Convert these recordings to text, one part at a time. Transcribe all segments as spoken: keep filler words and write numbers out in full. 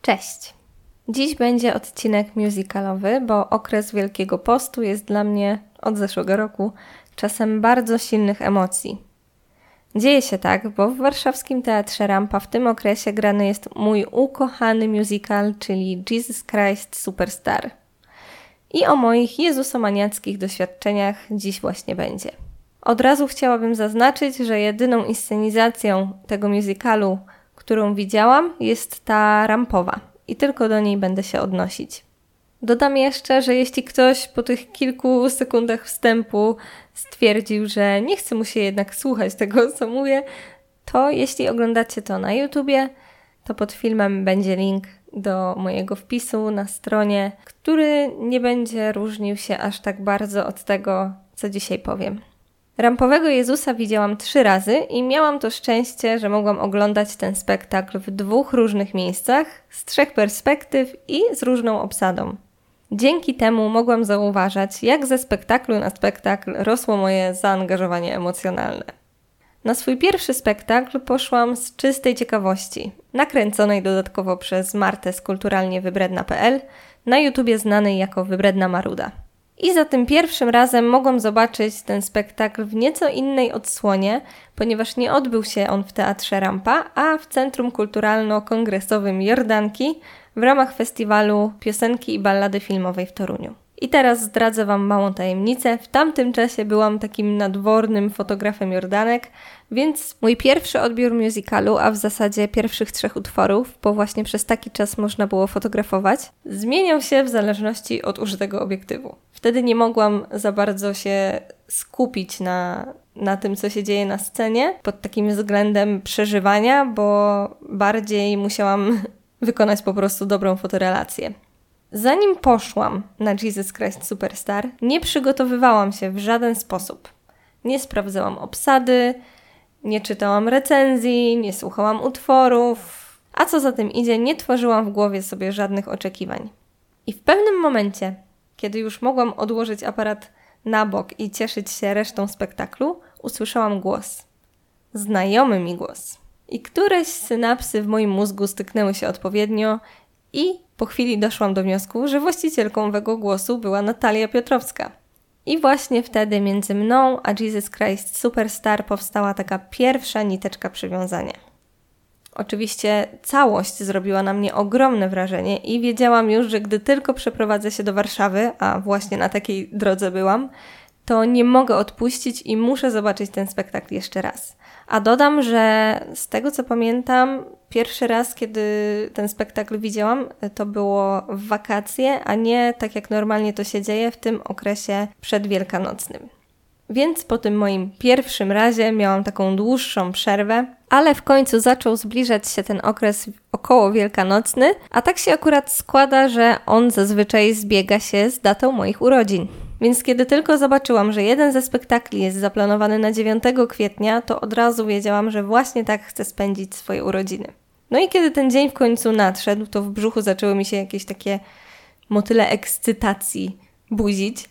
Cześć! Dziś będzie odcinek musicalowy, bo okres Wielkiego Postu jest dla mnie od zeszłego roku czasem bardzo silnych emocji. Dzieje się tak, bo w warszawskim Teatrze Rampa w tym okresie grany jest mój ukochany musical, czyli Jesus Christ Superstar. I o moich jezusomaniackich doświadczeniach dziś właśnie będzie. Od razu chciałabym zaznaczyć, że jedyną inscenizacją tego musicalu, którą widziałam, jest ta rampowa i tylko do niej będę się odnosić. Dodam jeszcze, że jeśli ktoś po tych kilku sekundach wstępu stwierdził, że nie chce mu się jednak słuchać tego, co mówię, to jeśli oglądacie to na YouTubie, to pod filmem będzie link do mojego wpisu na stronie, który nie będzie różnił się aż tak bardzo od tego, co dzisiaj powiem. Rampowego Jezusa widziałam trzy razy i miałam to szczęście, że mogłam oglądać ten spektakl w dwóch różnych miejscach, z trzech perspektyw i z różną obsadą. Dzięki temu mogłam zauważać, jak ze spektaklu na spektakl rosło moje zaangażowanie emocjonalne. Na swój pierwszy spektakl poszłam z czystej ciekawości, nakręconej dodatkowo przez Martę z kulturalnie wybredna kropka pe el, na YouTubie znanej jako Wybredna Maruda. I za tym pierwszym razem mogłam zobaczyć ten spektakl w nieco innej odsłonie, ponieważ nie odbył się on w Teatrze Rampa, a w Centrum Kulturalno-Kongresowym Jordanki w ramach festiwalu piosenki i ballady filmowej w Toruniu. I teraz zdradzę Wam małą tajemnicę. W tamtym czasie byłam takim nadwornym fotografem Jordanek, więc mój pierwszy odbiór musicalu, a w zasadzie pierwszych trzech utworów, bo właśnie przez taki czas można było fotografować, zmieniał się w zależności od użytego obiektywu. Wtedy nie mogłam za bardzo się skupić na, na tym, co się dzieje na scenie, pod takim względem przeżywania, bo bardziej musiałam wykonać po prostu dobrą fotorelację. Zanim poszłam na Jesus Christ Superstar, nie przygotowywałam się w żaden sposób. Nie sprawdzałam obsady, nie czytałam recenzji, nie słuchałam utworów, a co za tym idzie, nie tworzyłam w głowie sobie żadnych oczekiwań. I w pewnym momencie, kiedy już mogłam odłożyć aparat na bok i cieszyć się resztą spektaklu, usłyszałam głos. Znajomy mi głos. I któreś synapsy w moim mózgu styknęły się odpowiednio i po chwili doszłam do wniosku, że właścicielką owego głosu była Natalia Piotrowska. I właśnie wtedy między mną a Jesus Christ Superstar powstała taka pierwsza niteczka przywiązania. Oczywiście całość zrobiła na mnie ogromne wrażenie i wiedziałam już, że gdy tylko przeprowadzę się do Warszawy, a właśnie na takiej drodze byłam, to nie mogę odpuścić i muszę zobaczyć ten spektakl jeszcze raz. A dodam, że z tego co pamiętam, pierwszy raz, kiedy ten spektakl widziałam, to było w wakacje, a nie tak jak normalnie to się dzieje w tym okresie przedwielkanocnym. Więc po tym moim pierwszym razie miałam taką dłuższą przerwę, ale w końcu zaczął zbliżać się ten okres około wielkanocny, a tak się akurat składa, że on zazwyczaj zbiega się z datą moich urodzin. Więc kiedy tylko zobaczyłam, że jeden ze spektakli jest zaplanowany na dziewiątego kwietnia, to od razu wiedziałam, że właśnie tak chcę spędzić swoje urodziny. No i kiedy ten dzień w końcu nadszedł, to w brzuchu zaczęły mi się jakieś takie motyle ekscytacji budzić,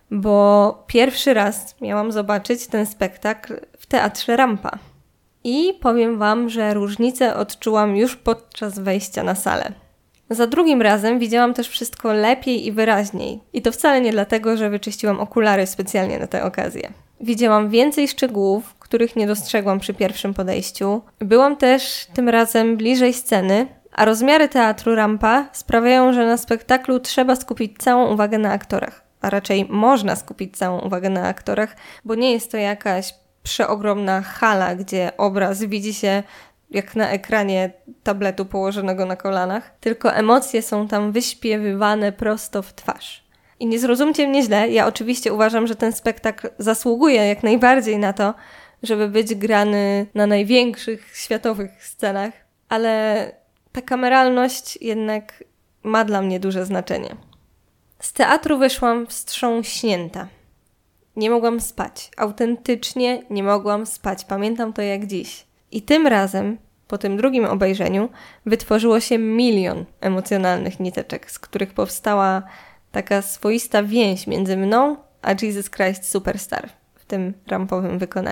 bo pierwszy raz miałam zobaczyć ten spektakl w Teatrze Rampa. I powiem Wam, że różnicę odczułam już podczas wejścia na salę. Za drugim razem widziałam też wszystko lepiej i wyraźniej. I to wcale nie dlatego, że wyczyściłam okulary specjalnie na tę okazję. Widziałam więcej szczegółów, których nie dostrzegłam przy pierwszym podejściu. Byłam też tym razem bliżej sceny, a rozmiary Teatru Rampa sprawiają, że na spektaklu trzeba skupić całą uwagę na aktorach. A raczej można skupić całą uwagę na aktorach, bo nie jest to jakaś przeogromna hala, gdzie obraz widzi się jak na ekranie tabletu położonego na kolanach, tylko emocje są tam wyśpiewywane prosto w twarz. I nie zrozumcie mnie źle, ja oczywiście uważam, że ten spektakl zasługuje jak najbardziej na to, żeby być grany na największych światowych scenach, ale ta kameralność jednak ma dla mnie duże znaczenie. Z teatru wyszłam wstrząśnięta. Nie mogłam spać. Autentycznie nie mogłam spać. Pamiętam to jak dziś. I tym razem, po tym drugim obejrzeniu, wytworzyło się milion emocjonalnych niteczek, z których powstała taka swoista więź między mną a Jesus Christ Superstar w tym rampowym wykonaniu.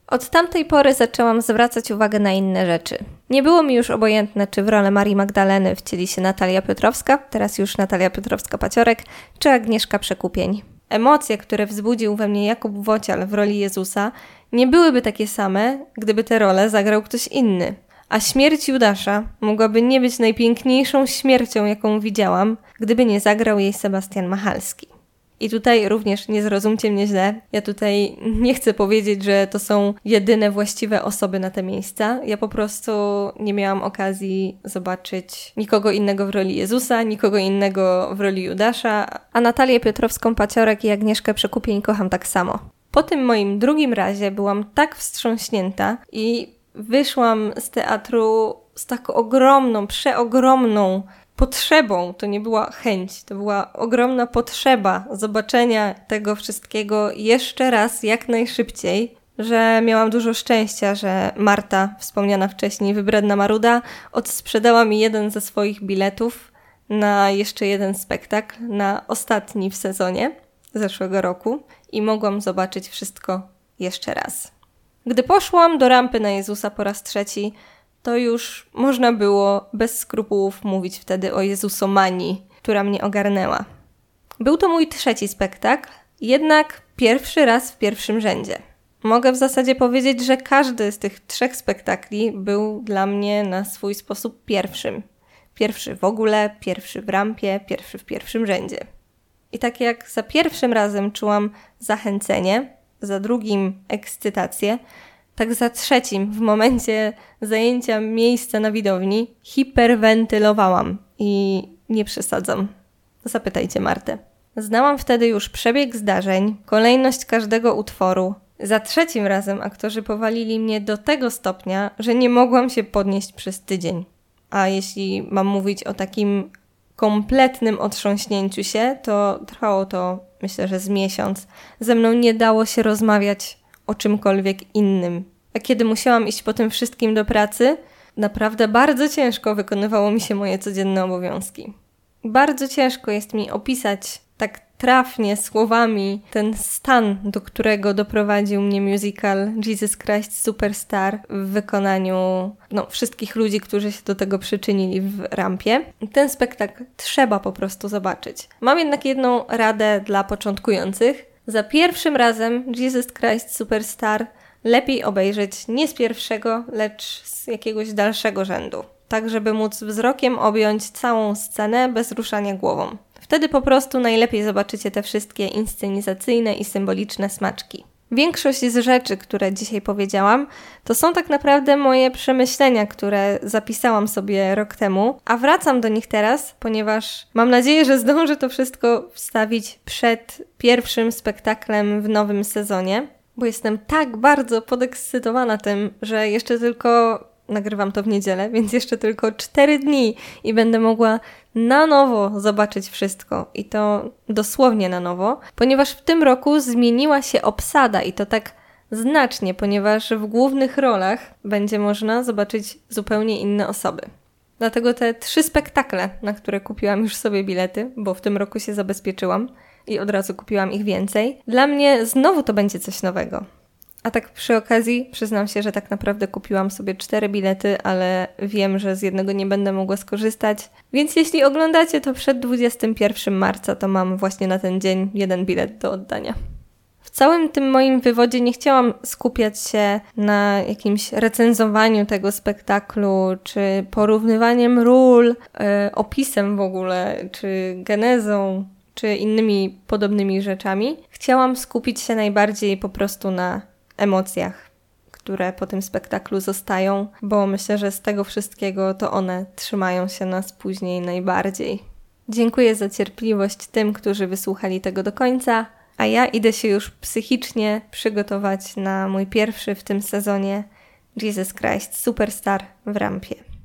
Od tamtej pory zaczęłam zwracać uwagę na inne rzeczy. Nie było mi już obojętne, czy w rolę Marii Magdaleny wcieli się Natalia Piotrowska, teraz już Natalia Piotrowska-Paciorek, czy Agnieszka Przekupień. Emocje, które wzbudził we mnie Jakub Wocial w roli Jezusa, nie byłyby takie same, gdyby tę rolę zagrał ktoś inny. A śmierć Judasza mogłaby nie być najpiękniejszą śmiercią, jaką widziałam, gdyby nie zagrał jej Sebastian Machalski. I tutaj również nie zrozumcie mnie źle, ja tutaj nie chcę powiedzieć, że to są jedyne właściwe osoby na te miejsca. Ja po prostu nie miałam okazji zobaczyć nikogo innego w roli Jezusa, nikogo innego w roli Judasza, a Natalię Piotrowską-Paciorek i Agnieszkę Przekupień kocham tak samo. Po tym moim drugim razie byłam tak wstrząśnięta i wyszłam z teatru z taką ogromną, przeogromną potrzebą, to nie była chęć, to była ogromna potrzeba zobaczenia tego wszystkiego jeszcze raz, jak najszybciej, że miałam dużo szczęścia, że Marta, wspomniana wcześniej, wybredna Maruda, odsprzedała mi jeden ze swoich biletów na jeszcze jeden spektakl, na ostatni w sezonie zeszłego roku i mogłam zobaczyć wszystko jeszcze raz. Gdy poszłam do rampy na Jezusa po raz trzeci, to już można było bez skrupułów mówić wtedy o Jezusomanii, która mnie ogarnęła. Był to mój trzeci spektakl, jednak pierwszy raz w pierwszym rzędzie. Mogę w zasadzie powiedzieć, że każdy z tych trzech spektakli był dla mnie na swój sposób pierwszym. Pierwszy w ogóle, pierwszy w rampie, pierwszy w pierwszym rzędzie. I tak jak za pierwszym razem czułam zachęcenie, za drugim ekscytację, tak za trzecim, w momencie zajęcia miejsca na widowni, hiperwentylowałam i nie przesadzam. Zapytajcie Martę. Znałam wtedy już przebieg zdarzeń, kolejność każdego utworu. Za trzecim razem aktorzy powalili mnie do tego stopnia, że nie mogłam się podnieść przez tydzień. A jeśli mam mówić o takim kompletnym otrząśnięciu się, to trwało to, myślę, że z miesiąc. Ze mną nie dało się rozmawiać o czymkolwiek innym. A kiedy musiałam iść po tym wszystkim do pracy, naprawdę bardzo ciężko wykonywało mi się moje codzienne obowiązki. Bardzo ciężko jest mi opisać tak trafnie słowami ten stan, do którego doprowadził mnie musical Jesus Christ Superstar w wykonaniu no, wszystkich ludzi, którzy się do tego przyczynili w rampie. Ten spektakl trzeba po prostu zobaczyć. Mam jednak jedną radę dla początkujących. Za pierwszym razem Jesus Christ Superstar lepiej obejrzeć nie z pierwszego, lecz z jakiegoś dalszego rzędu. Tak, żeby móc wzrokiem objąć całą scenę bez ruszania głową. Wtedy po prostu najlepiej zobaczycie te wszystkie inscenizacyjne i symboliczne smaczki. Większość z rzeczy, które dzisiaj powiedziałam, to są tak naprawdę moje przemyślenia, które zapisałam sobie rok temu, a wracam do nich teraz, ponieważ mam nadzieję, że zdążę to wszystko wstawić przed pierwszym spektaklem w nowym sezonie, bo jestem tak bardzo podekscytowana tym, że jeszcze tylko... Nagrywam to w niedzielę, więc jeszcze tylko cztery dni i będę mogła na nowo zobaczyć wszystko. I to dosłownie na nowo, ponieważ w tym roku zmieniła się obsada i to tak znacznie, ponieważ w głównych rolach będzie można zobaczyć zupełnie inne osoby. Dlatego te trzy spektakle, na które kupiłam już sobie bilety, bo w tym roku się zabezpieczyłam i od razu kupiłam ich więcej, dla mnie znowu to będzie coś nowego. A tak przy okazji przyznam się, że tak naprawdę kupiłam sobie cztery bilety, ale wiem, że z jednego nie będę mogła skorzystać. Więc jeśli oglądacie to przed dwudziestego pierwszego marca, to mam właśnie na ten dzień jeden bilet do oddania. W całym tym moim wywodzie nie chciałam skupiać się na jakimś recenzowaniu tego spektaklu, czy porównywaniem ról, yy, opisem w ogóle, czy genezą, czy innymi podobnymi rzeczami. Chciałam skupić się najbardziej po prostu na emocjach, które po tym spektaklu zostają, bo myślę, że z tego wszystkiego to one trzymają się nas później najbardziej. Dziękuję za cierpliwość tym, którzy wysłuchali tego do końca, a ja idę się już psychicznie przygotować na mój pierwszy w tym sezonie Jesus Christ Superstar w rampie.